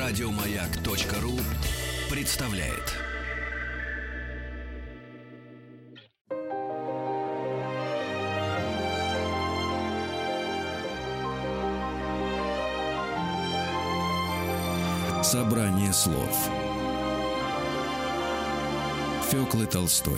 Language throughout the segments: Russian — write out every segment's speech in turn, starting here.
Радиомаяк.ру представляет. Собрание слов Фёклы Толстой.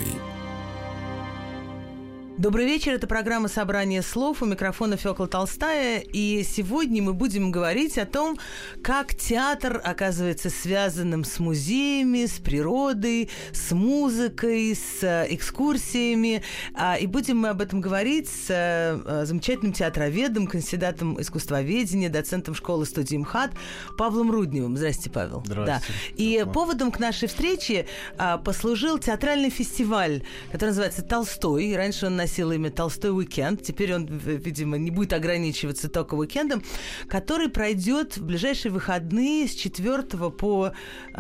Добрый вечер, это программа «Собрание слов», у микрофона Фёкла Толстая, и сегодня мы будем говорить о том, как театр оказывается связанным с музеями, с природой, с музыкой, с экскурсиями, и будем мы об этом говорить с замечательным театроведом, кандидатом искусствоведения, доцентом школы-студии МХАТ Павлом Рудневым. Здрасте, Павел. Здравствуйте. Да. И поводом к нашей встрече послужил театральный фестиваль, который называется «Толстой». Раньше он носил имя «Толстой уикенд». Теперь он, видимо, не будет ограничиваться только уикендом, который пройдет в ближайшие выходные с 4 по 6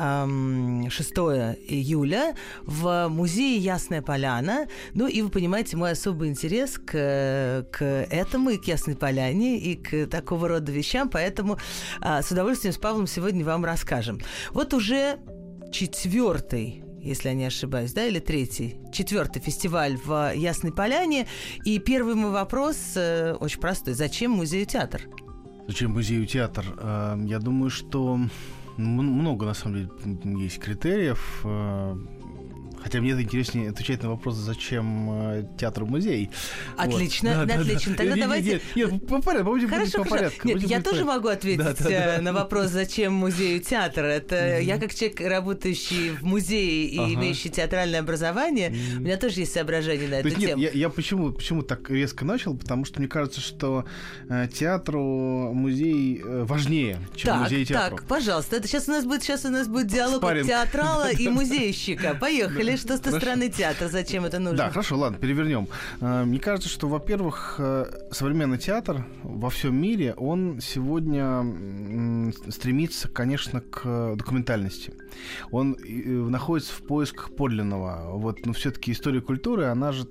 июля в музее «Ясная Поляна». Ну и вы понимаете, мой особый интерес к этому, и к «Ясной Поляне», и к такого рода вещам, поэтому с удовольствием с Павлом сегодня вам расскажем. Вот уже 4-й, если я не ошибаюсь, да, или 3-й, 4-й фестиваль в Ясной Поляне. И первый мой вопрос очень простой. Зачем музею театр? Зачем музею театр? Я думаю, что много, на самом деле, есть критериев. Хотя мне это интереснее отвечать на вопрос, зачем театру музей. Отлично, вот. Отлично. Тогда давайте... Нет, по порядку, будем по порядку. Нет, я тоже могу ответить на вопрос, зачем музею театр. Это я, как человек, работающий в музее и имеющий театральное образование, у меня тоже есть соображения на эту тему. Я почему так резко начал? Потому что мне кажется, что театру музей важнее, чем музей театру. Так, пожалуйста. Это сейчас у нас будет диалог театрала и музейщика. Поехали. Что со стороны театра? Зачем это нужно? Да, хорошо, ладно, перевернем. Мне кажется, что, во-первых, современный театр во всем мире, он сегодня стремится, конечно, к документальности. Он находится в поисках подлинного. Вот, но все-таки история культуры, она же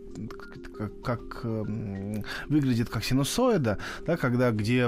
выглядит как синусоида, да, где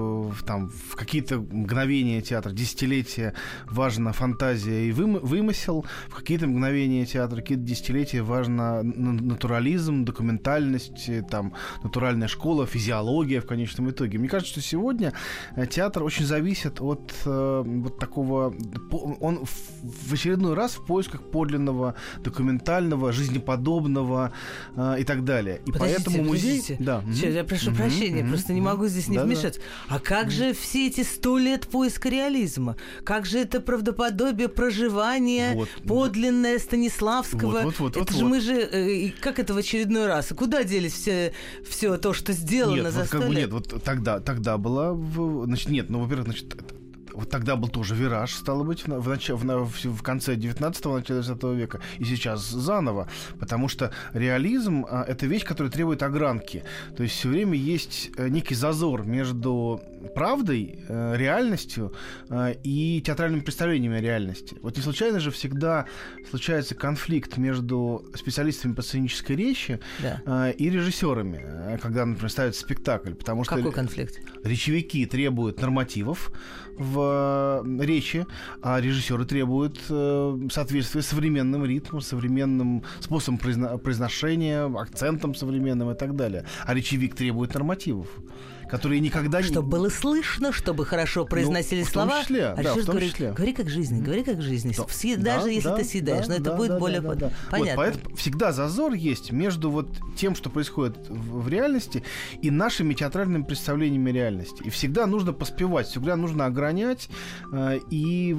в какие-то мгновения театра, десятилетия важна фантазия и вымысел, в какие-то мгновения театра, какие-то десятилетия важна натурализм, документальность, натуральная школа, физиология в конечном итоге. Мне кажется, что сегодня театр очень зависит от такого... Он в очередной раз в поисках подлинного, документального, жизнеподобного и так далее. И поэтому музей... Да. Сейчас, я прошу прощения, просто не могу здесь не вмешаться. А как же все эти 100 лет поиска реализма? Как же это правдоподобие проживания подлинное Станиславского? Мы же... Как это в очередной раз? Куда делись все то, что сделано за 100 лет? Нет, тогда было... во-первых, вот тогда был тоже вираж, стало быть, в конце 19-го, начале 20 века, и сейчас заново, потому что реализм — это вещь, которая требует огранки. То есть все время есть некий зазор между правдой, реальностью и театральными представлениями о реальности. Вот не случайно же всегда случается конфликт между специалистами по сценической речи и режиссерами, когда, например, ставится спектакль. Потому что какой конфликт? Речевики требуют нормативов в речи, а режиссеры требуют соответствия современным ритмам, современным способом произношения, акцентам современным и так далее. А речевик требует нормативов, которые никогда не... Чтобы было слышно, чтобы хорошо произносили слова. В том числе. Говори как жизнь, говори как жизнь. Даже если ты съедаешь, но это будет более понятно. Поэтому всегда зазор есть между тем, что происходит в реальности, и нашими театральными представлениями реальности. И всегда нужно поспевать, всегда нужно огранять и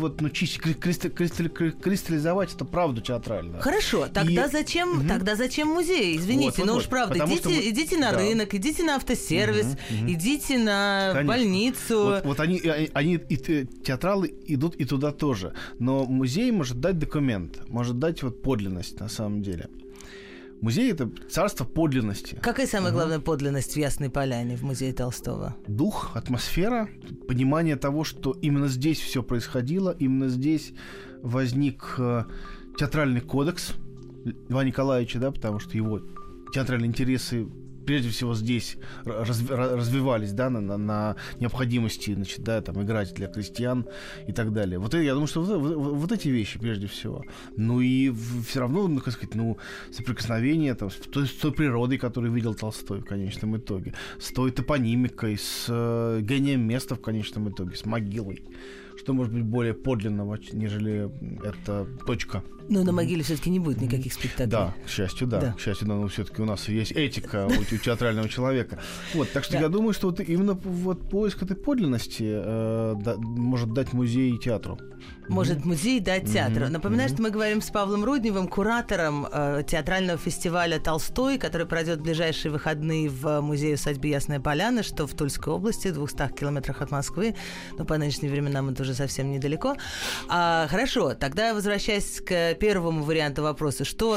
кристаллизовать эту правду театральную. Хорошо, тогда зачем музей? Извините, уж правда, идите на рынок, идите на автосервис, идите на больницу. Вот они театралы идут и туда тоже. Но музей может дать документ, может дать подлинность на самом деле. Музей — это царство подлинности. Какая самая главная подлинность в Ясной Поляне, в музее Толстого? Дух, атмосфера, понимание того, что именно здесь все происходило, именно здесь возник театральный кодекс Льва Николаевича, потому что его театральные интересы прежде всего здесь развивались, да, на необходимости, значит, да, там, играть для крестьян и так далее. Вот я думаю, что вот эти вещи прежде всего. Ну и все равно, ну, как сказать, ну, соприкосновение там, с той природой, которую видел Толстой в конечном итоге, с той топонимикой, с гением места в конечном итоге, с могилой. Что может быть более подлинного, нежели эта точка? Но на могиле все-таки не будет никаких спектаклей. Да, к счастью, да. К счастью, да, но все-таки у нас есть этика у театрального человека. Вот, так что я думаю, что вот именно вот поиск этой подлинности может дать музей театру. Может музей дать театру. Напоминаю, что мы говорим с Павлом Рудневым, куратором театрального фестиваля «Толстой», который пройдет в ближайшие выходные в музее-усадьбе Ясная Поляна, что в Тульской области, в 200 километрах от Москвы. Но по нынешним временам это уже совсем недалеко. Хорошо, тогда возвращаясь к первому варианту вопроса, что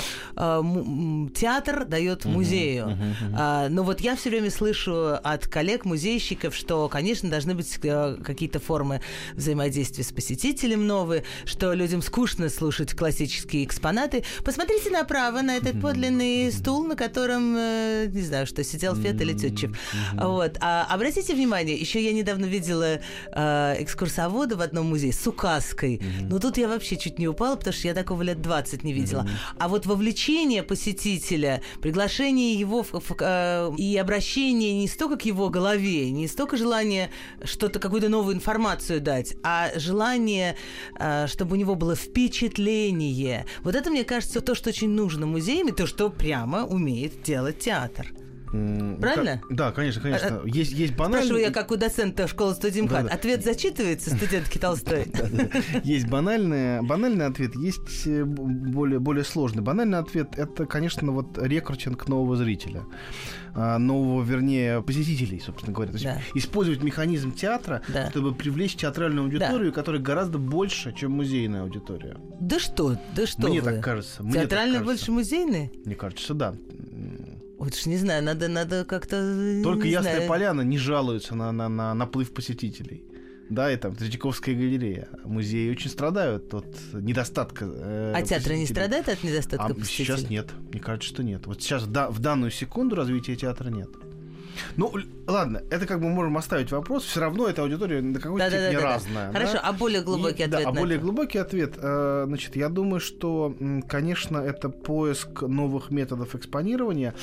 театр дает музею. Но вот я все время слышу от коллег-музейщиков, что, конечно, должны быть какие-то формы взаимодействия с посетителем новые, что людям скучно слушать классические экспонаты. Посмотрите направо на этот подлинный стул, на котором, не знаю, что сидел Фет или Тютчев. Вот. Обратите внимание, еще я недавно видела экскурсовода в одном музее с указкой. Но тут я вообще чуть не упала, потому что я такого лет 20 не видела. А вот вовлечение посетителя, приглашение его и обращение не столько к его голове, не столько желание что-то, какую-то новую информацию дать, а желание, чтобы у него было впечатление. Вот это, мне кажется, то, что очень нужно музеям, и то, что прямо умеет делать театр. Правильно? Да, конечно. Есть банальный... Спрашиваю я, как у доцента школы студимкат. Да. Ответ зачитывается студентки Толстой? Есть банальный ответ, есть более сложный. Банальный ответ — это, конечно, вот рекрутинг нового зрителя. Нового, вернее, посетителей, собственно говоря. То есть использовать механизм театра, чтобы привлечь театральную аудиторию, которая гораздо больше, чем музейная аудитория. Да что Мне так кажется. Театральная больше музейной? Мне кажется, да. Вот уж не знаю, надо как-то... Только Ясная Поляна не жалуется на наплыв посетителей. Да, и там Третьяковская галерея. Музеи очень страдают от недостатка А театры не страдают от недостатка посетителей? Сейчас нет. Мне кажется, что нет. Вот сейчас в данную секунду развития театра нет. Ну, ладно, это как бы мы можем оставить вопрос. Все равно эта аудитория на какой-то степени разная. Хорошо, а более глубокий ответ? Да, более глубокий ответ. Значит, я думаю, что, конечно, это поиск новых методов экспонирования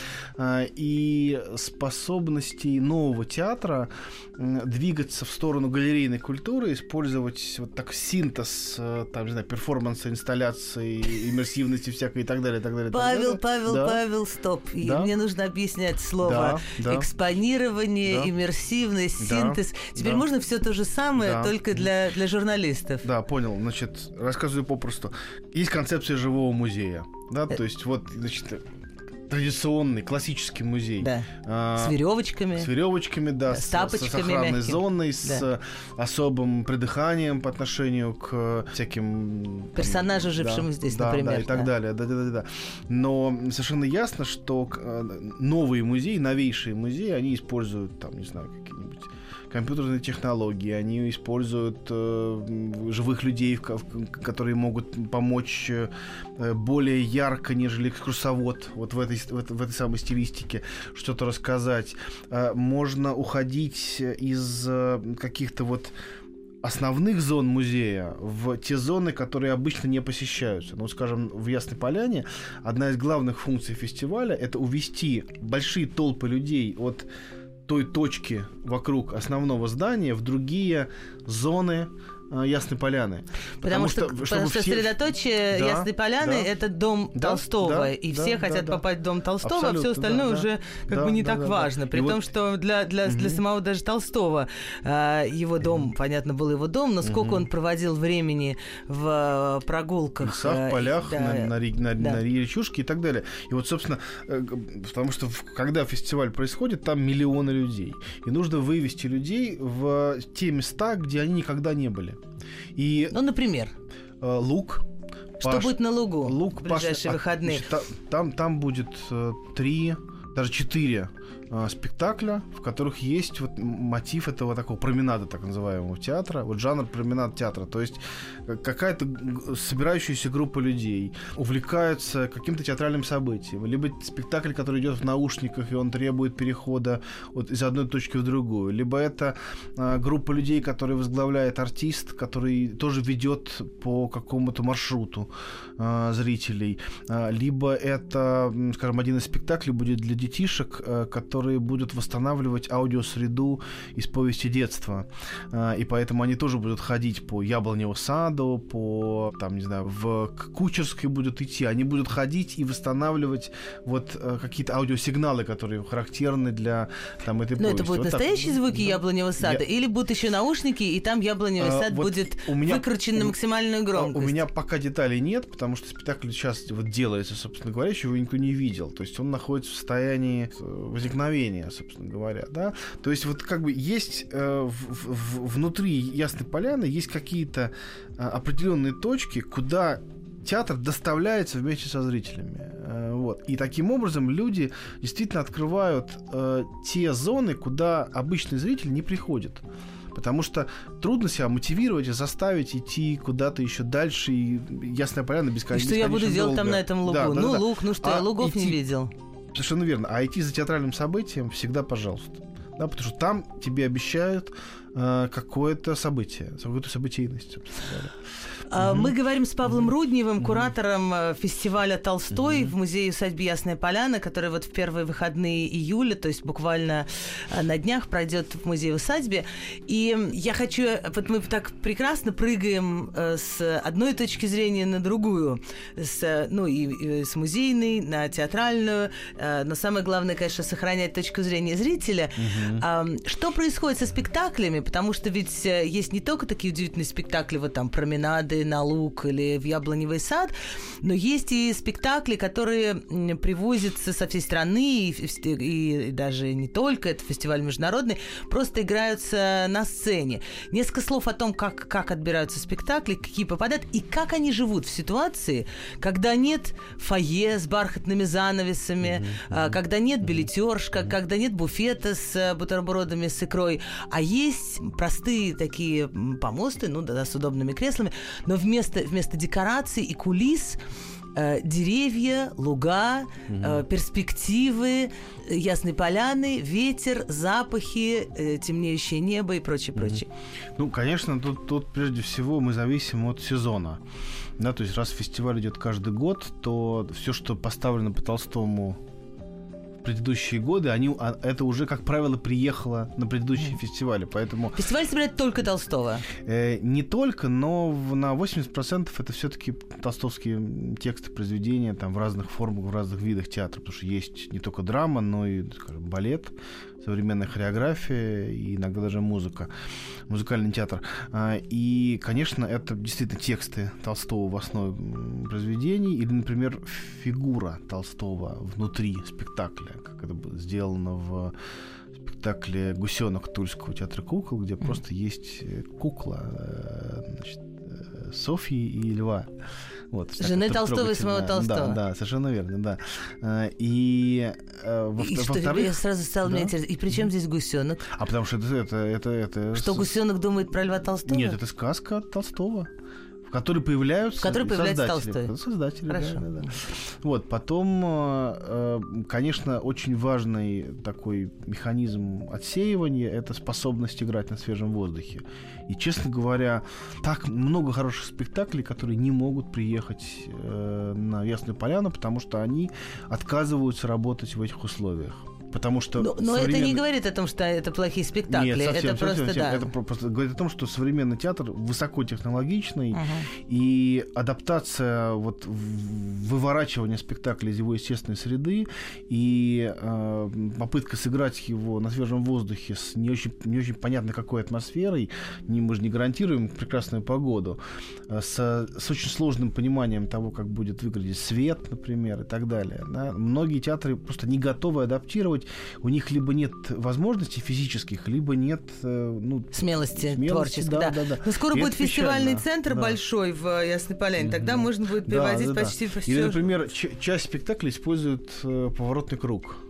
и способностей нового театра двигаться в сторону галерейной культуры, использовать вот так синтез, там, не знаю, перформанса, инсталляции, иммерсивности всякой и так далее, и так далее. Павел, стоп. Мне нужно объяснять слово экспонирование, иммерсивность, синтез. Теперь можно все то же самое, только для журналистов. Да, понял. Значит, рассказываю попросту. Есть концепция живого музея. Да, то есть вот, значит, традиционный, классический музей. Да. С веревочками. С веревочками, да. С тапочками. С охранной зоной, с особым придыханием по отношению к всяким... персонажам, жившим здесь, например. Да, и так далее. Да. Но совершенно ясно, что новые музеи, новейшие музеи, они используют, там, не знаю, какие-нибудь компьютерные технологии, они используют живых людей, которые могут помочь более ярко, нежели экскурсовод вот в этой самой стилистике что-то рассказать. Можно уходить из каких-то вот основных зон музея в те зоны, которые обычно не посещаются. Ну, скажем, в Ясной Поляне одна из главных функций фестиваля — это увести большие толпы людей от той точки вокруг основного здания в другие зоны Ясной Поляны. Потому что средоточие Ясной Поляны — это дом Толстого, и все хотят попасть в дом Толстого, а все остальное уже как бы не так важно. При том, что для самого даже Толстого его дом, понятно, был его дом, но сколько он проводил времени в прогулках. В лесах, полях, на речушке и так далее. И вот, собственно, потому что когда фестиваль происходит, там миллионы людей. И нужно вывести людей в те места, где они никогда не были. И, ну, например? Луг. Что будет на Лугу в ближайшие выходные? Там будет 3, даже 4 спектакля, в которых есть вот мотив этого такого променада, так называемого, театра, вот жанр променад театра, то есть какая-то собирающаяся группа людей увлекаются каким-то театральным событием, либо спектакль, который идет в наушниках, и он требует перехода вот из одной точки в другую, либо это группа людей, которые возглавляет артист, который тоже ведет по какому-то маршруту зрителей, либо это, скажем, один из спектаклей будет для детишек, которые будут восстанавливать аудиосреду из повести детства. И поэтому они тоже будут ходить по Яблоневу саду, по, там, не знаю, в Кучерской будут идти. Они будут ходить и восстанавливать вот какие-то аудиосигналы, которые характерны для там, этой повести. Но это будут вот настоящие звуки Яблоневого сада? Или будут еще наушники, и там Яблоневый сад вот будет выкручен на максимальную громкость? У меня пока деталей нет, потому что спектакль сейчас вот делается, собственно говоря, еще его никто не видел. То есть он находится в состоянии возникновения, собственно говоря, да. То есть вот как бы есть внутри Ясной Поляны есть какие-то определенные точки, куда театр доставляется вместе со зрителями. Вот. И таким образом люди действительно открывают те зоны, куда обычный зритель не приходит. Потому что трудно себя мотивировать и заставить идти куда-то еще дальше. И Ясная Поляна бесконечно. И что я буду делать там на этом лугу? Да, луг, я лугов не видел. Совершенно верно. А идти за театральным событием всегда пожалуйста. Да, потому что там тебе обещают какое-то событие, какую-то событийность, собственно говоря. Мы говорим с Павлом Рудневым, куратором фестиваля «Толстой» в музее-усадьбе Ясная Поляна, который вот в первые выходные июля, то есть буквально на днях, пройдет в музее-усадьбе. И я хочу... Вот мы так прекрасно прыгаем с одной точки зрения на другую. С музейной на театральную. Но самое главное, конечно, сохранять точку зрения зрителя. Что происходит со спектаклями? Потому что ведь есть не только такие удивительные спектакли, вот там «Променады на луг» или в Яблоневый сад, но есть и спектакли, которые привозятся со всей страны, и даже не только, это фестиваль международный, просто играются на сцене. Несколько слов о том, как отбираются спектакли, какие попадают, и как они живут в ситуации, когда нет фойе с бархатными занавесами, когда нет билетерш, когда нет буфета с бутербродами с икрой, а есть простые такие помосты, с удобными креслами, но вместо декораций и кулис деревья, луга, перспективы Ясной Поляны, ветер, запахи, темнеющее небо и прочее. Ну, конечно, тут прежде всего мы зависим от сезона. Да, то есть раз фестиваль идет каждый год, то все, что поставлено по Толстому в предыдущие годы, это уже, как правило, приехало на предыдущие фестивали, поэтому... Фестиваль собирает только Толстого? Не только, но на 80% это все-таки толстовские тексты, произведения там, в разных формах, в разных видах театра, потому что есть не только драма, но и, скажем, балет, современная хореография и иногда даже музыка, музыкальный театр. И, конечно, это действительно тексты Толстого в основе произведений или, например, фигура Толстого внутри спектакля, как это было сделано в спектакле «Гусенок» Тульского театра кукол, где просто есть кукла, Софьи и Льва. Вот, жены Толстого и самого Толстого. Да, совершенно верно, да. И во-вторых... Я сразу стала мне интересно. И при чем здесь гусенок? А потому что это... Что гусенок думает про Льва Толстого? Нет, это сказка Толстого, в которой появляются Толстой. Создатели. Хорошо. Да. Вот, потом, конечно, очень важный такой механизм отсеивания — это способность играть на свежем воздухе. И, честно говоря, так много хороших спектаклей, которые не могут приехать на Ясную Поляну, потому что они отказываются работать в этих условиях. Потому что но это не говорит о том, что это плохие спектакли. Нет, совсем, это просто, да. Это просто говорит о том, что современный театр высокотехнологичный, и адаптация, вот, выворачивание спектакля из его естественной среды и попытка сыграть его на свежем воздухе с не очень понятной какой атмосферой, мы же не гарантируем прекрасную погоду, с очень сложным пониманием того, как будет выглядеть свет, например, и так далее. Да? Многие театры просто не готовы адаптировать. У них либо нет возможностей физических, либо нет смелости творческой. Да. Но скоро будет фестивальный центр большой в Ясной Поляне. Тогда можно будет переводить почти все. Или, например, часть спектакля использует поворотный круг.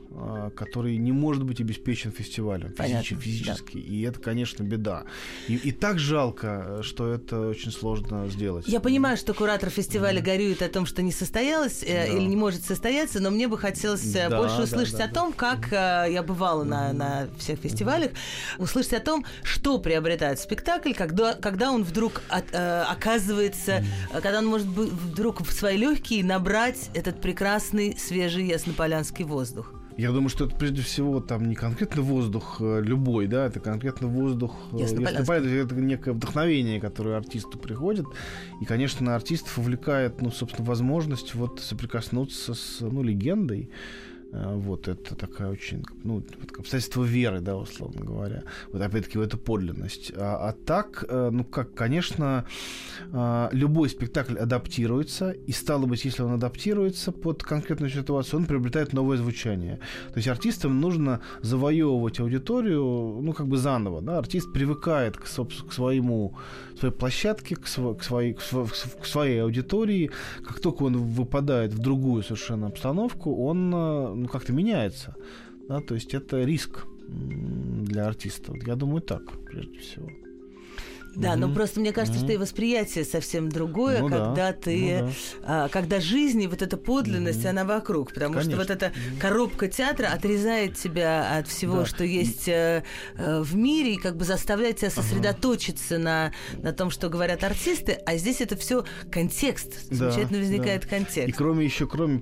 который не может быть обеспечен фестивалем физически. Да. И это, конечно, беда. И так жалко, что это очень сложно сделать. Я понимаю, что куратор фестиваля горюет о том, что не состоялось или не может состояться, но мне бы хотелось больше услышать о том, как я бывала на всех фестивалях, услышать о том, что приобретает спектакль, когда он вдруг оказывается, когда он может вдруг в свои легкие набрать этот прекрасный, свежий яснополянский воздух. Я думаю, что это прежде всего там не конкретно воздух любой, да, это конкретно воздух яснополянский, это некое вдохновение, которое артисту приходит. И, конечно, артистов увлекает, собственно, возможность соприкоснуться с легендой. Вот это такая очень, обстоятельство веры, да, условно говоря. Вот опять-таки в эту подлинность. А так, конечно, любой спектакль адаптируется, и стало быть, если он адаптируется под конкретную ситуацию, он приобретает новое звучание. То есть артистам нужно завоевывать аудиторию, заново, да. Артист привыкает к своей площадке, к своей аудитории. Как только он выпадает в другую совершенно обстановку, он как-то меняется. Да? То есть это риск для артиста. Я думаю, так, прежде всего. Да, но просто мне кажется, что и восприятие совсем другое, когда жизнь и вот эта подлинность, она вокруг. Потому что вот эта коробка театра отрезает тебя от всего, что есть в мире, и заставляет тебя сосредоточиться на том, что говорят артисты, а здесь это все контекст. Замечательно возникает контекст. И кроме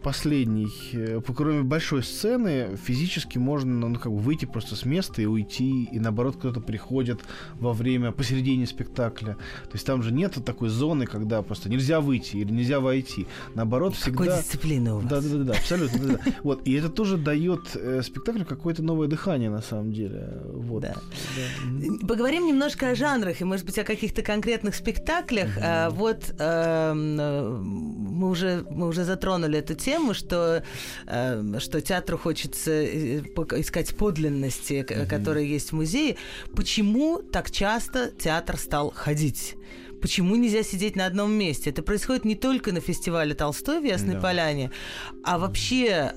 большой сцены, физически можно выйти просто с места и уйти, и наоборот кто-то приходит посередине спектакля. То есть там же нет такой зоны, когда просто нельзя выйти или нельзя войти. Наоборот, всегда... Какой дисциплина у вас. Да, абсолютно. И это тоже дает спектаклю какое-то новое дыхание, на самом деле. Поговорим немножко о жанрах и, может быть, о каких-то конкретных спектаклях. Мы уже затронули эту тему, что театру хочется искать подлинности, которые есть в музее. Почему так часто театр стал ходить? Почему нельзя сидеть на одном месте? Это происходит не только на фестивале Толстой в Ясной Поляне, а вообще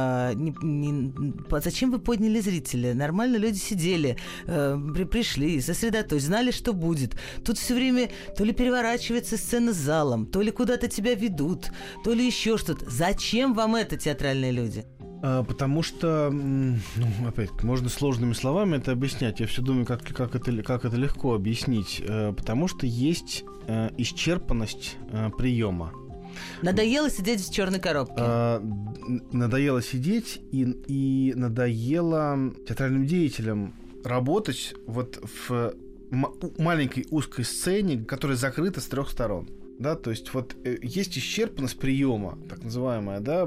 зачем вы подняли зрителя? Нормально люди сидели, пришли, сосредоточились, знали, что будет. Тут все время то ли переворачивается сцена с залом, то ли куда-то тебя ведут, то ли еще что-то. Зачем вам это, театральные люди? Потому что, опять, можно сложными словами это объяснять. Я все думаю, как это легко объяснить. Потому что есть исчерпанность приема. Надоело сидеть в черной коробке. Надоело сидеть и надоело театральным деятелям работать в маленькой узкой сцене, которая закрыта с 3 сторон. Да, то есть есть исчерпанность приема, так называемая, да,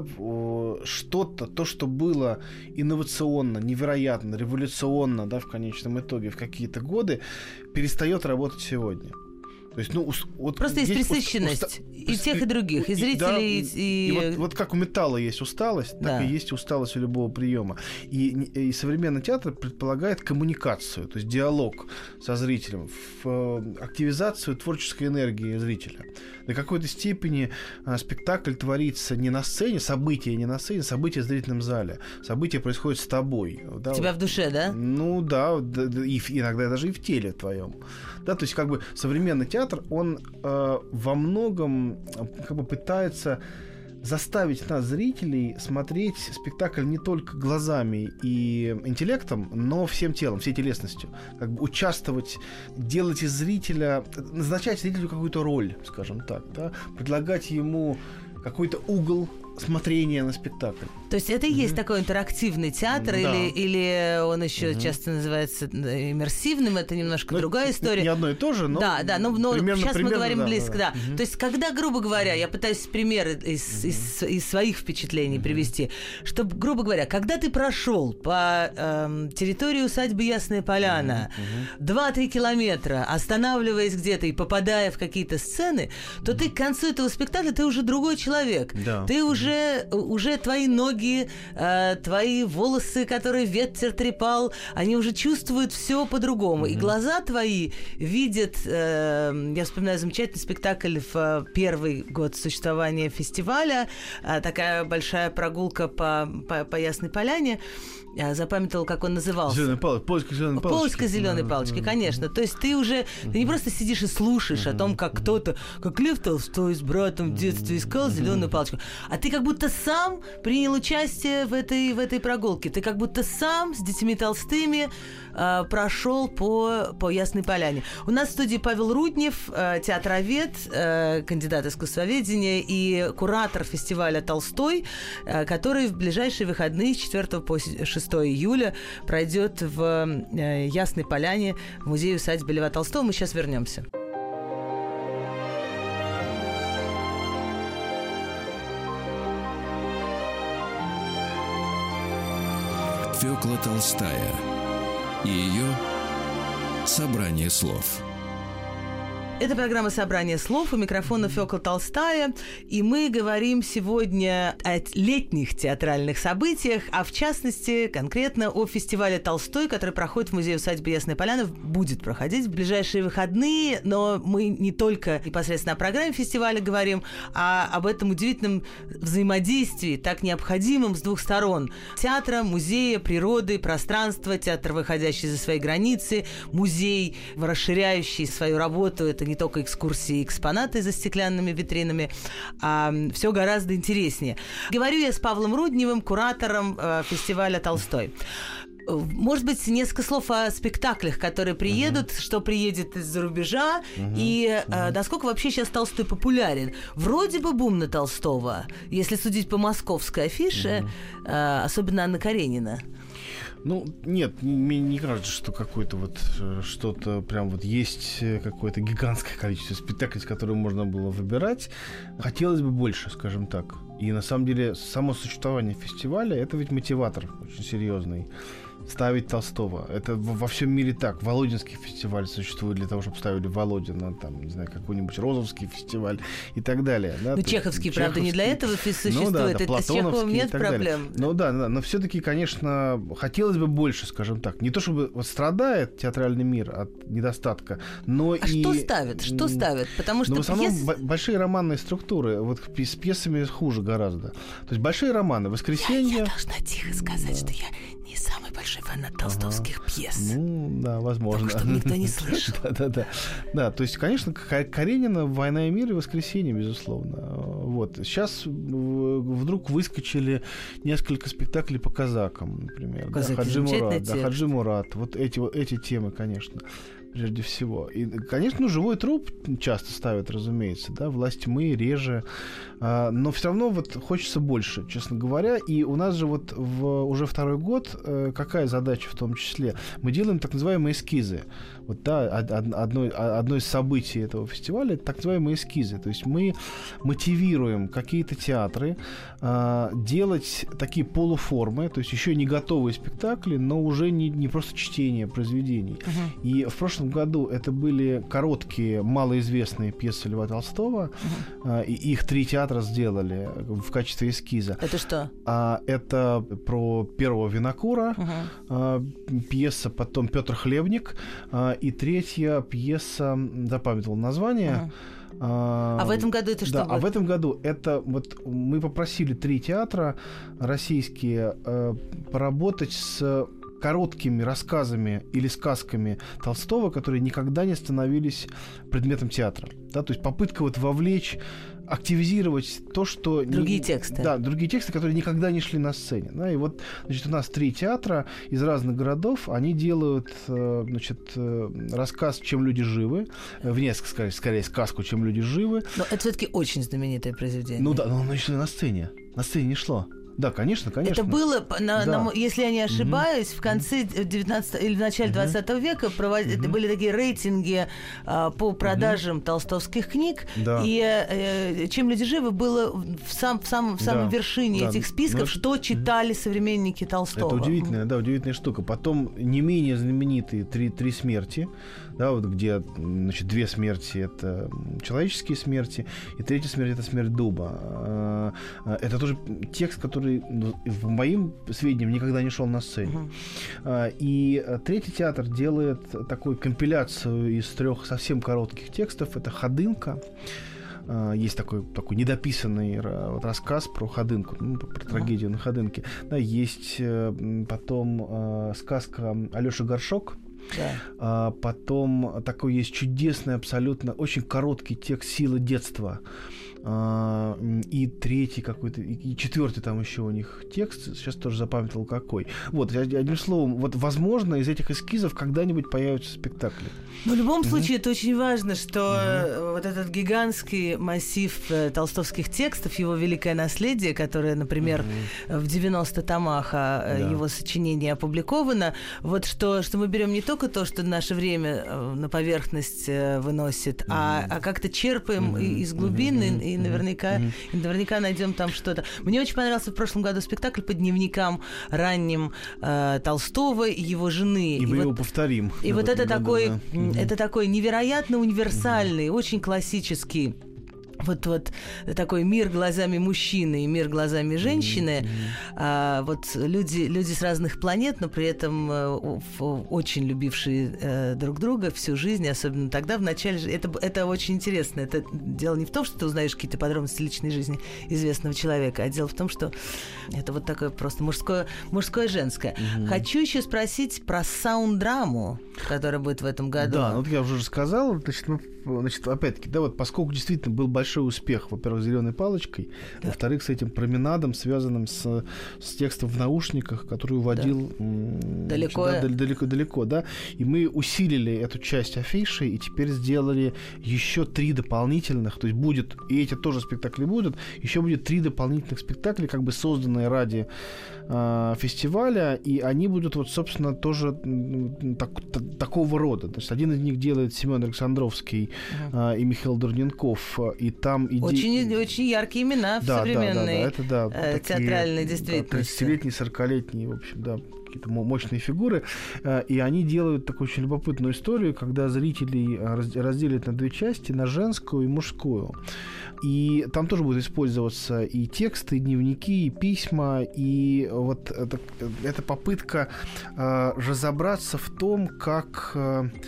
то, что было инновационно, невероятно, революционно, да, в конечном итоге в какие-то годы, перестает работать сегодня. То есть, просто есть пресыщенность и тех, и других, и зрителей, и как у металла есть усталость, так и есть усталость у любого приема. И современный театр предполагает коммуникацию, то есть диалог со зрителем, активизацию творческой энергии зрителя. До какой-то степени спектакль творится не на сцене, события не на сцене, события в зрительном зале. События происходят с тобой. Да, у тебя в душе, да? И иногда даже и в теле твоем. Да, то есть современный театр, он во многом пытается заставить нас, зрителей, смотреть спектакль не только глазами и интеллектом, но всем телом, всей телесностью. Участвовать, делать из зрителя, назначать зрителю какую-то роль, скажем так, да, предлагать ему какой-то угол смотрения на спектакль. То есть это и есть такой интерактивный театр, или он еще часто называется иммерсивным, это немножко другая история. Не одно и то же, но сейчас мы говорим близко, да. То есть когда, грубо говоря, я пытаюсь примеры из своих впечатлений привести, чтобы, грубо говоря, когда ты прошел по территории усадьбы Ясная Поляна 2-3 километра, останавливаясь где-то и попадая в какие-то сцены, то ты к концу этого спектакля, ты уже другой человек. Да. Ты уже уже твои ноги, твои волосы, которые ветер трепал, они уже чувствуют все по-другому. И глаза твои видят... я вспоминаю замечательный спектакль в первый год существования фестиваля. Такая большая прогулка по Ясной Поляне. Я запамятовала, как он назывался. Зеленая палочка, поиска зеленой палочки. Поиска зеленой палочки, конечно. То есть ты не просто сидишь и слушаешь о том, как кто-то, как Лев Толстой с братом в детстве искал зеленую палочку, а ты как будто сам принял участие в этой прогулке. Ты как будто сам с детьми Толстыми прошел по Ясной Поляне. У нас в студии Павел Руднев, театровед, кандидат искусствоведения и куратор фестиваля «Толстой», который в ближайшие выходные с 4 по 6 июля пройдет в Ясной Поляне в музее-усадьбе Льва Толстого. Мы сейчас вернемся. Фёкла Толстая и ее собрание слов. Это программа «Собрание слов». У микрофона Фёкла Толстая. И мы говорим сегодня о летних театральных событиях, а в частности, конкретно о фестивале «Толстой», который проходит в музее-усадьбе Ясная Поляна, будет проходить в ближайшие выходные. Но мы не только непосредственно о программе фестиваля говорим, а об этом удивительном взаимодействии, так необходимом с двух сторон. Театра, музея, природы, пространства, театр, выходящий за свои границы, музей, расширяющий свою работу. Это не только экскурсии и экспонаты за стеклянными витринами, а все гораздо интереснее. Говорю я с Павлом Рудневым, куратором фестиваля «Толстой». Может быть, несколько слов о спектаклях, которые приедут, что приедет из-за рубежа, и насколько вообще сейчас Толстой популярен. Вроде бы бум на Толстого, если судить по московской афише, особенно Анна Каренина. Ну, нет, мне не кажется, что какое-то вот что-то прям вот есть какое-то гигантское количество спектаклей, с которых можно было выбирать. Хотелось бы больше, скажем так. И на самом деле само существование фестиваля — это ведь мотиватор очень серьезный. Ставить Толстого. Это во всем мире так. Володинский фестиваль существует для того, чтобы ставили Володина, там, не знаю, какой-нибудь Розовский фестиваль и так далее. Да? Ну, Чеховский, правда, не для этого существует. Ну, да, это с Чеховым нет проблем. Ну да, но все-таки, конечно, хотелось бы больше, скажем так. Не то чтобы вот страдает театральный мир от недостатка, но и... Что ставят? Что ставят? Потому что в основном большие романные структуры. Вот с пьесами хуже гораздо. То есть большие романы. «Воскресенье». Я должна тихо сказать, что я не самый большой фанат толстовских пьес. Ну, да, возможно. Так, чтобы никто не слышал. Да, то есть, конечно, Каренина, «Война и мир» и «Воскресенье», безусловно. Вот. Сейчас вдруг выскочили несколько спектаклей по казакам, например. Хаджи Мурат. Вот эти темы, конечно, прежде всего. И, конечно, живой труп часто ставят, разумеется, да, «Власть тьмы», реже. Но все равно вот хочется больше, честно говоря. И у нас же вот уже второй год какая задача в том числе? Мы делаем так называемые эскизы. Вот, да, одно из событий этого фестиваля — это так называемые эскизы. То есть мы мотивируем какие-то театры делать такие полуформы, то есть еще не готовые спектакли, но уже не просто чтение произведений. И в прошлом году это были короткие, малоизвестные пьесы Льва Толстого, и их 3 театра сделали в качестве эскиза. Это что? Это про первого винокура, пьеса, потом Петр Хлебник, и 3-я пьеса, запамятовал название. А в этом году это что будет? А в этом году это вот мы попросили 3 театра российские поработать с короткими рассказами или сказками Толстого, которые никогда не становились предметом театра. Да, то есть попытка вот вовлечь, активизировать то, что... Другие тексты. Да, другие тексты, которые никогда не шли на сцене. Да, и вот, значит, у нас 3 театра из разных городов, они делают, значит, рассказ «Чем люди живы», скорее сказку «Чем люди живы». Но это все-таки очень знаменитое произведение. Ну да, но оно не шло на сцене. На сцене не шло. Да, конечно. Это было, если я не ошибаюсь, в конце 19 или в начале 20 века были такие рейтинги по продажам толстовских книг, и «Чем люди живы» было в самой вершине этих списков, что читали современники Толстого. Это удивительная штука. Потом не менее знаменитые «Три смерти», да, вот где, значит, 2 смерти — это человеческие смерти, и 3-я смерть — это смерть дуба. Это тоже текст, который, в моим сведениям, никогда не шел на сцене. И Третий театр делает такую компиляцию из 3 совсем коротких текстов. Это «Ходынка». Есть такой недописанный рассказ про Ходынку, про трагедию на Ходынке. Да, есть потом сказка «Алёша Горшок». Да. Потом такой есть чудесный, абсолютно очень короткий текст «Сила детства». И 3-й какой-то, и 4-й там еще у них текст, сейчас тоже запамятовал какой. Вот, одним словом, вот, возможно, из этих эскизов когда-нибудь появятся спектакли. Но в любом случае это очень важно, что вот этот гигантский массив толстовских текстов, его великое наследие, которое, например, в 90 томах его сочинение опубликовано, вот что мы берем не только то, что наше время на поверхность выносит, а как-то черпаем из глубины, и наверняка найдем там что-то. Мне очень понравился в прошлом году спектакль по дневникам ранним Толстого и его жены. И мы его повторим. И вот это такой невероятно универсальный, очень классический вот такой мир глазами мужчины и мир глазами женщины. Вот люди с разных планет, но при этом очень любившие друг друга всю жизнь, особенно тогда, в начале. Это очень интересно. Это дело не в том, что ты узнаешь какие-то подробности личной жизни известного человека, а дело в том, что это вот такое просто мужское женское. Хочу еще спросить про саунд-драму, которая будет в этом году. Да, вот я уже рассказал. Значит, опять-таки, да, вот поскольку действительно был большой успех, во-первых, с «Зеленой палочкой», во-вторых, с этим променадом, связанным с текстом в наушниках, который уводил далеко, да, и мы усилили эту часть афиши и теперь сделали еще 3 дополнительных, то есть будет, и эти тоже спектакли будут, еще будет 3 дополнительных спектакля, как бы созданные ради фестиваля, и они будут вот, собственно, тоже такого рода. То есть один из них делает Семен Александровский и Михаил Дурненков, и там очень яркие имена в современной театральной действительности. 30-летние, 40-летние, в общем, да, какие-то мощные фигуры, и они делают такую очень любопытную историю, когда зрителей разделят на 2 части, на женскую и мужскую. И там тоже будут использоваться и тексты, и дневники, и письма, и вот это попытка разобраться в том, как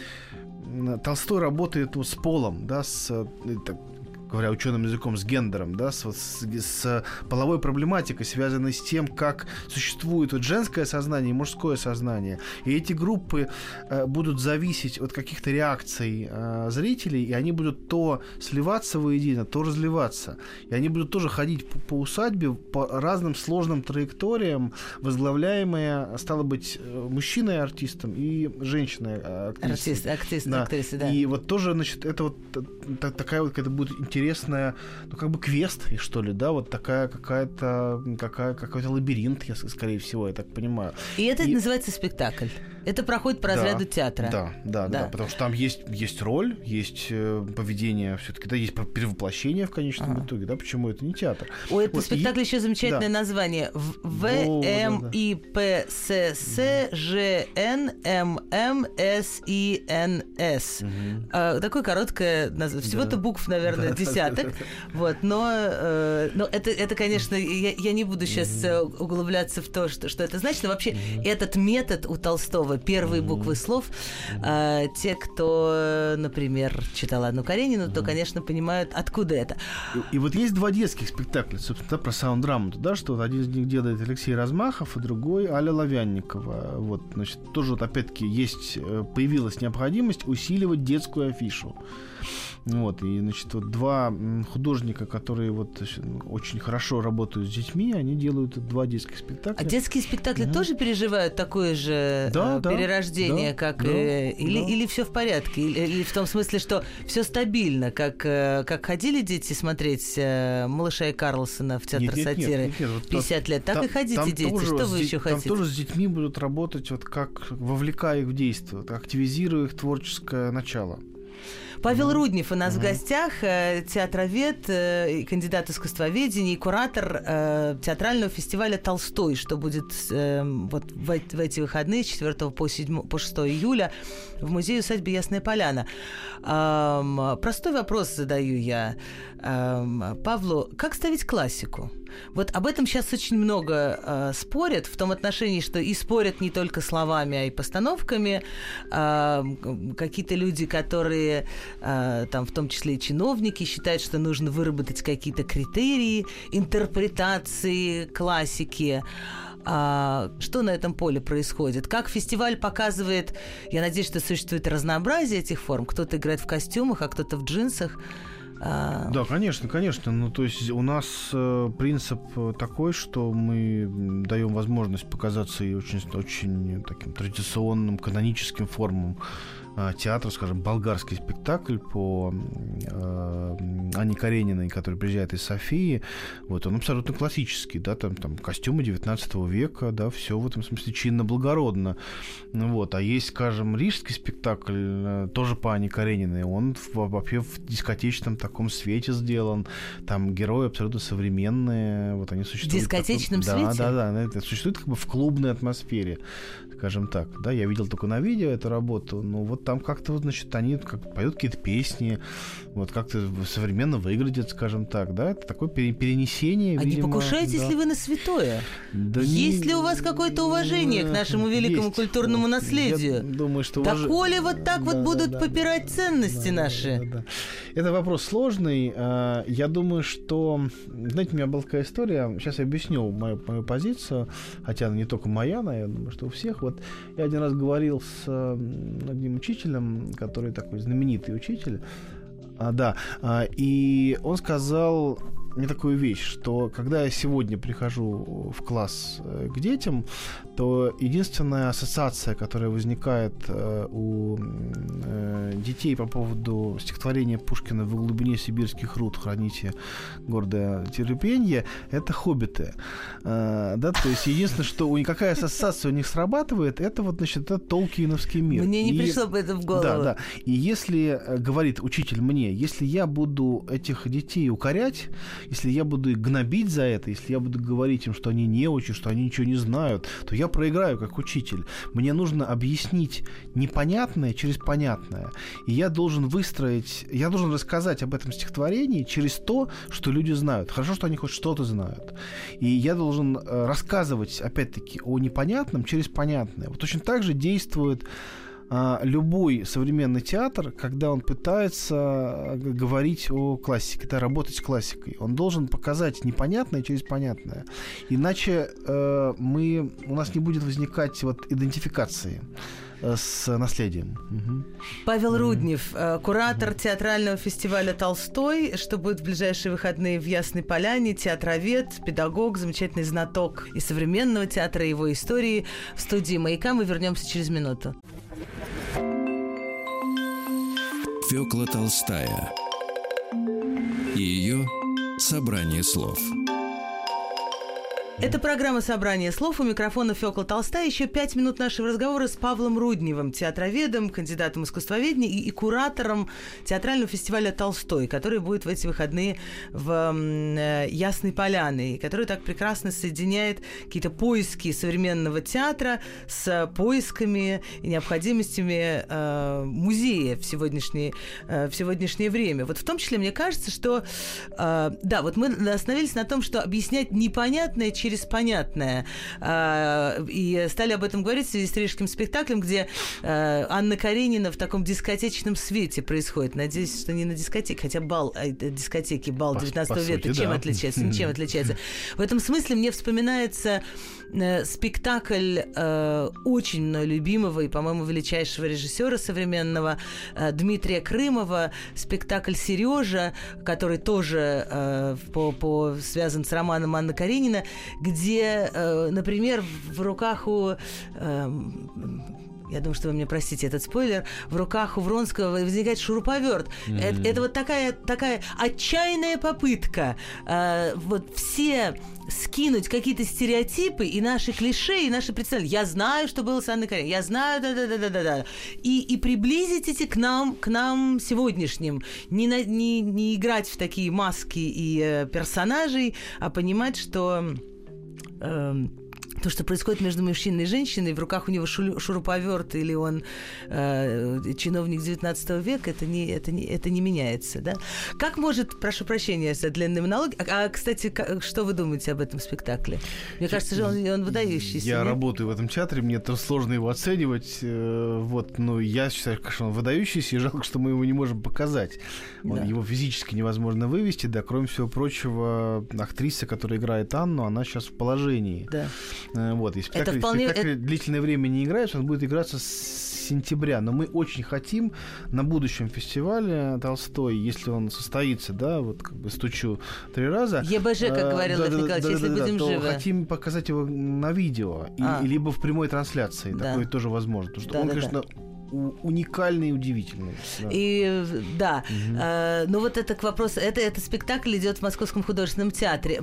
Толстой работает с полом, да, говоря ученым языком, с гендером, да, с половой проблематикой, связанной с тем, как существует вот женское сознание и мужское сознание. И эти группы будут зависеть от каких-то реакций зрителей, и они будут то сливаться воедино, то разливаться. И они будут тоже ходить по усадьбе по разным сложным траекториям, возглавляемые, стало быть, мужчиной-артистом и женщиной-актрисой. Актрисой, да. И вот тоже, значит, это вот такая вот какая-то будет интересная, ну, как бы квест, что ли, да, вот такая какой-то лабиринт, скорее всего, я так понимаю. И это называется спектакль. Это проходит по разряду театра. Да, потому что там есть роль, есть поведение, все-таки, да, есть перевоплощение в конечном итоге, да, почему это не театр? У этого спектакля еще замечательное название. ВМИПССЖНММСИНС. Такое короткое название. Всего-то букв, наверное, десяток. Вот, но это, конечно, я не буду сейчас углубляться в то, что это значит, но вообще этот метод у Толстого, первые буквы слов, те, кто, например, читал Анну Каренину, то, конечно, понимают, откуда это. И вот есть 2 детских спектакля, собственно, про саунд-драму, да, что вот один из них делает Алексей Размахов, а другой Аля Лавянникова. Вот, значит, тоже вот опять-таки появилась необходимость усиливать детскую афишу. Вот, и, значит, вот два художника, которые вот очень хорошо работают с детьми, они делают 2 детских спектакля. А детские спектакли тоже переживают такое же перерождение, как или все в порядке? Или в том смысле, что все стабильно, как ходили дети смотреть «Малыша и Карлсона» в театр сатиры 50 лет, так и ходите, дети. Что вы еще хотите? Там тоже с детьми будут работать, вот как вовлекая их в действие, активизируя их творческое начало. Павел Руднев у нас в гостях, театровед, кандидат искусствоведения и куратор театрального фестиваля «Толстой», что будет вот в эти выходные с 4 по 6 июля в музее-усадьбе Ясная Поляна. Простой вопрос задаю я Павлу. Как ставить классику? Вот об этом сейчас очень много спорят, в том отношении, что и спорят не только словами, а и постановками. Какие-то люди, которые, там, в том числе и чиновники, считают, что нужно выработать какие-то критерии интерпретации классики. Что на этом поле происходит? Как фестиваль показывает, я надеюсь, что существует разнообразие этих форм. Кто-то играет в костюмах, а кто-то в джинсах. Да, конечно. Ну, то есть у нас принцип такой, что мы даем возможность показаться и очень таким традиционным, каноническим формам театра, скажем, болгарский спектакль по Анне Карениной, который приезжает из Софии. Вот, он абсолютно классический, да, там костюмы 19 века, да, все в этом смысле чинно-благородно. Вот, а есть, скажем, рижский спектакль, тоже по Анне Карениной, он вообще в дискотечном таком свете сделан, там герои абсолютно современные, вот они существуют. В дискотечном свете? Да, это существует как бы в клубной атмосфере, скажем так, да, я видел только на видео эту работу, но вот там как-то вот, значит, они как поют какие-то песни, вот как-то современно выглядят, скажем так, да, это такое перенесение, видимо. А не покушаетесь ли вы на святое? Да есть ли у вас какое-то уважение к нашему великому культурному наследию? Я думаю, что коли вот так вот будут попирать ценности наши? Да. Это вопрос сложный. Я думаю, что, знаете, у меня была такая история, сейчас я объясню мою позицию, хотя она не только моя, но я думаю, что у всех. Вот я один раз говорил с одним учителем, который такой знаменитый учитель, и он сказал мне такую вещь, что когда я сегодня прихожу в класс к детям, то единственная ассоциация, которая возникает у детей по поводу стихотворения Пушкина «В глубине сибирских руд храните гордое терпенье», это хоббиты. Да, то есть единственное, что какая ассоциация у них срабатывает, это вот, значит, это толкиновский мир. Мне не пришло бы это в голову. Да. И если, говорит учитель мне, если я буду этих детей укорять, если я буду их гнобить за это, если я буду говорить им, что они неучи, что они ничего не знают, то я проиграю как учитель. Мне нужно объяснить непонятное через понятное. И я должен рассказать об этом стихотворении через то, что люди знают. Хорошо, что они хоть что-то знают. И я должен рассказывать, опять-таки, о непонятном через понятное. Вот точно так же действует любой современный театр, когда он пытается говорить о классике, работать с классикой. Он должен показать непонятное через понятное. Иначе у нас не будет возникать вот идентификации с наследием. Павел Руднев, куратор театрального фестиваля «Толстой», что будет в ближайшие выходные в Ясной Поляне, театровед, педагог, замечательный знаток и современного театра, и его истории. В студии «Маяка» мы вернемся через минуту. Фёкла Толстая и ее собрание слов. Это программа «Собрание слов». У микрофона Фёкла Толстая. Еще 5 минут нашего разговора с Павлом Рудневым, театроведом, кандидатом искусствоведения и куратором театрального фестиваля «Толстой», который будет в эти выходные в Ясной Поляне, и который так прекрасно соединяет какие-то поиски современного театра с поисками и необходимостями музея в сегодняшнее время. Вот в том числе, мне кажется, что вот мы остановились на том, что объяснять непонятное через через понятное. И стали об этом говорить в связи с рижским спектаклем, где Анна Каренина в таком дискотечном свете происходит. Надеюсь, что не на дискотеке, хотя бал дискотеки, бал 19 века, чем отличается? Ничем отличается. В этом смысле мне вспоминается спектакль очень мной любимого и, по-моему, величайшего режиссера современного Дмитрия Крымова, спектакль «Сережа», который тоже связан с романом Анны Каренина, где, например, в руках у... Я думаю, что вы мне простите этот спойлер. В руках у Вронского возникает шуруповерт. Это вот такая отчаянная попытка вот все скинуть какие-то стереотипы и наши клише, и наши представления. Я знаю, что было с Анной Карениной. Я знаю, да. И приблизить эти к нам сегодняшним. Не играть в такие маски и персонажей, а понимать, что... То, что происходит между мужчиной и женщиной, в руках у него шуруповерт или он чиновник 19 века, это не меняется, да? Как может, прошу прощения за длинный монолог, кстати, что вы думаете об этом спектакле? Мне кажется, что он выдающийся. Я работаю в этом театре, мне сложно его оценивать, но я считаю, что он выдающийся, и жалко, что мы его не можем показать. Да. Его физически невозможно вывести, да, кроме всего прочего, актриса, которая играет Анну, она сейчас в положении. Да. И спектакль длительное время не играется, он будет играться с сентября. Но мы очень хотим на будущем фестивале Толстой, если он состоится, да, вот как бы стучу 3 раза. ЕБЖ, как говорил Лев Николаевич, если будем живы. То хотим показать его на видео, либо в прямой трансляции. Да. Такое тоже возможно. Потому что он, конечно... уникальный и удивительный. Да. И да. Но вот это к вопросу. Это спектакль идет в Московском художественном театре.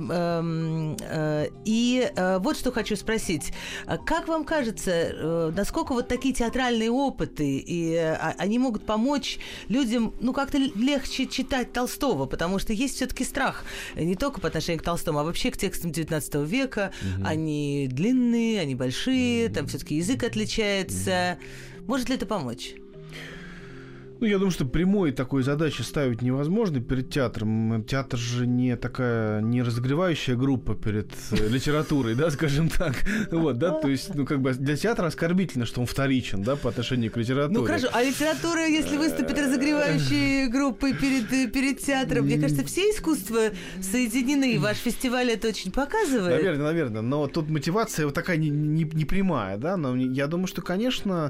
И вот что хочу спросить. Как вам кажется, насколько вот такие театральные опыты, и они могут помочь людям, как-то легче читать Толстого, потому что есть все-таки страх не только по отношению к Толстому, а вообще к текстам 19 века. Они длинные, они большие, там все-таки язык отличается. Может ли это помочь? Я думаю, что прямой такой задачи ставить невозможно перед театром. Театр же не разогревающая группа перед литературой, да, скажем так. То есть, для театра оскорбительно, что он вторичен, да, по отношению к литературе. Хорошо, а литература, если выступит разогревающей группой перед театром, мне кажется, все искусства соединены, ваш фестиваль это очень показывает. Наверное, но тут мотивация вот такая не прямая, да, но я думаю, что, конечно,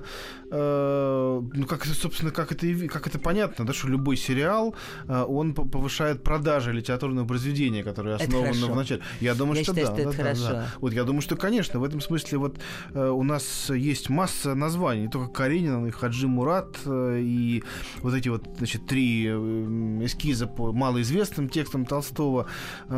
как это понятно, да, что любой сериал, он повышает продажи литературного произведения, которое основано в начале. Я думаю, что это хорошо. Да. Я думаю, что, конечно, в этом смысле у нас есть масса названий, не только Каренина, и Хаджи Мурат, и вот эти 3 эскиза по малоизвестным текстам Толстого.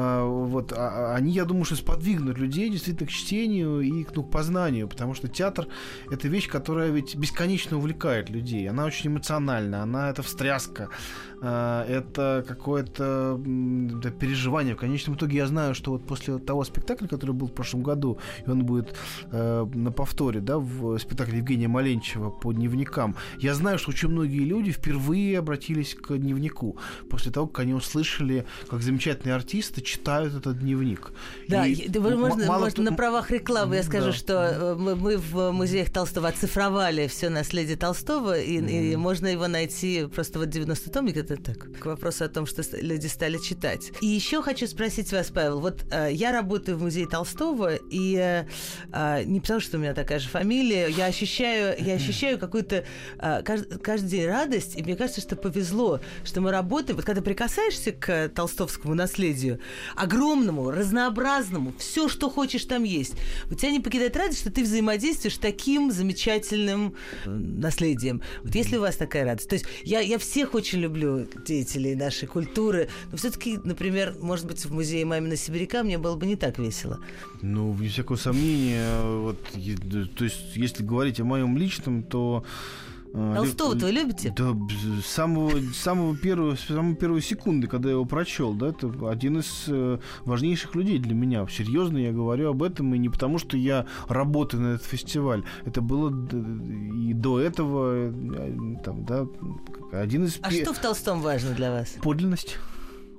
Они, я думаю, что сподвигнут людей действительно к чтению и к познанию, потому что театр — это вещь, которая ведь бесконечно увлекает людей. Она очень эмоциональна. Это встряска, это какое-то переживание. В конечном итоге я знаю, что после того спектакля, который был в прошлом году, и он будет на повторе, да, в спектакле Евгения Маленчева по дневникам, я знаю, что очень многие люди впервые обратились к дневнику после того, как они услышали, как замечательные артисты читают этот дневник. Да, можно на правах рекламы я скажу, что мы в музеях Толстого оцифровали все наследие Толстого, и можно его найти просто 90-томник, это так, к вопросу о том, что люди стали читать. И еще хочу спросить вас, Павел, я работаю в музее Толстого, и не потому, что у меня такая же фамилия, я ощущаю какую-то каждый день радость, и мне кажется, что повезло, что мы работаем. Когда прикасаешься к толстовскому наследию, огромному, разнообразному, все, что хочешь, там есть, у тебя не покидает радость, что ты взаимодействуешь с таким замечательным наследием. Если у вас такая радость. То есть я всех очень люблю деятелей нашей культуры, но все-таки, например, может быть, в музее Мамина Сибиряка мне было бы не так весело. Вне всякого сомнения, то есть, если говорить о моем личном, то... Толстого-то вы любите? Да, с самой первой секунды, когда я его прочел, да, это один из важнейших людей для меня. Серьезно я говорю об этом, и не потому, что я работаю на этот фестиваль. Это было и до этого, один из... А что в Толстом важно для вас? Подлинность.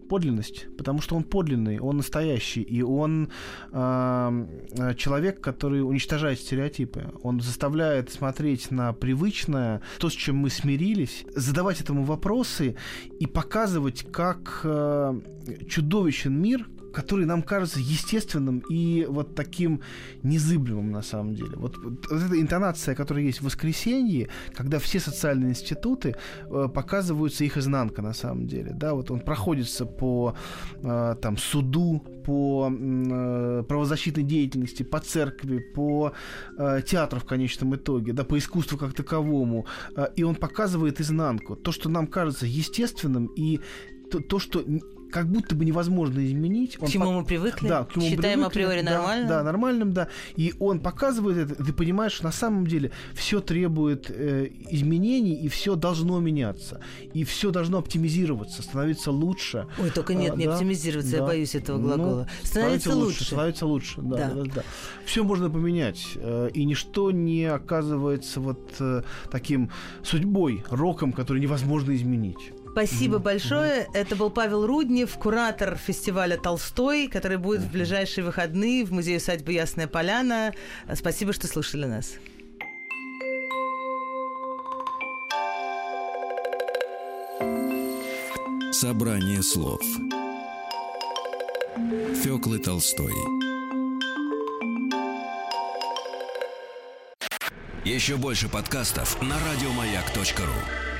подлинность, потому что он подлинный, он настоящий, и он человек, который уничтожает стереотипы. Он заставляет смотреть на привычное, то, с чем мы смирились, задавать этому вопросы и показывать, как чудовищен мир, который нам кажется естественным и вот таким незыблемым на самом деле. Вот эта интонация, которая есть в «Воскресенье», когда все социальные институты показываются их изнанка на самом деле. Да, вот он проходится по суду, по правозащитной деятельности, по церкви, по театру в конечном итоге, да, по искусству как таковому. И он показывает изнанку. То, что нам кажется естественным, и то, что как будто бы невозможно изменить. К чему мы привыкли? Да, к чему считаем мы привыкли, априори нормальным? Да, нормальным, да. И он показывает это, ты понимаешь, что на самом деле все требует изменений, и все должно меняться. И все должно оптимизироваться, становиться лучше. Ой, только нет, не оптимизироваться, я боюсь этого глагола. Становится лучше. Становится лучше, да. Все можно поменять, и ничто не оказывается вот таким судьбой, роком, который невозможно изменить. Спасибо большое. Это был Павел Руднев, куратор фестиваля «Толстой», который будет в ближайшие выходные в музее-усадьбы Ясная Поляна. Спасибо, что слушали нас. Собрание слов Фёклы Толстой. Еще больше подкастов на радиомаяк.ру.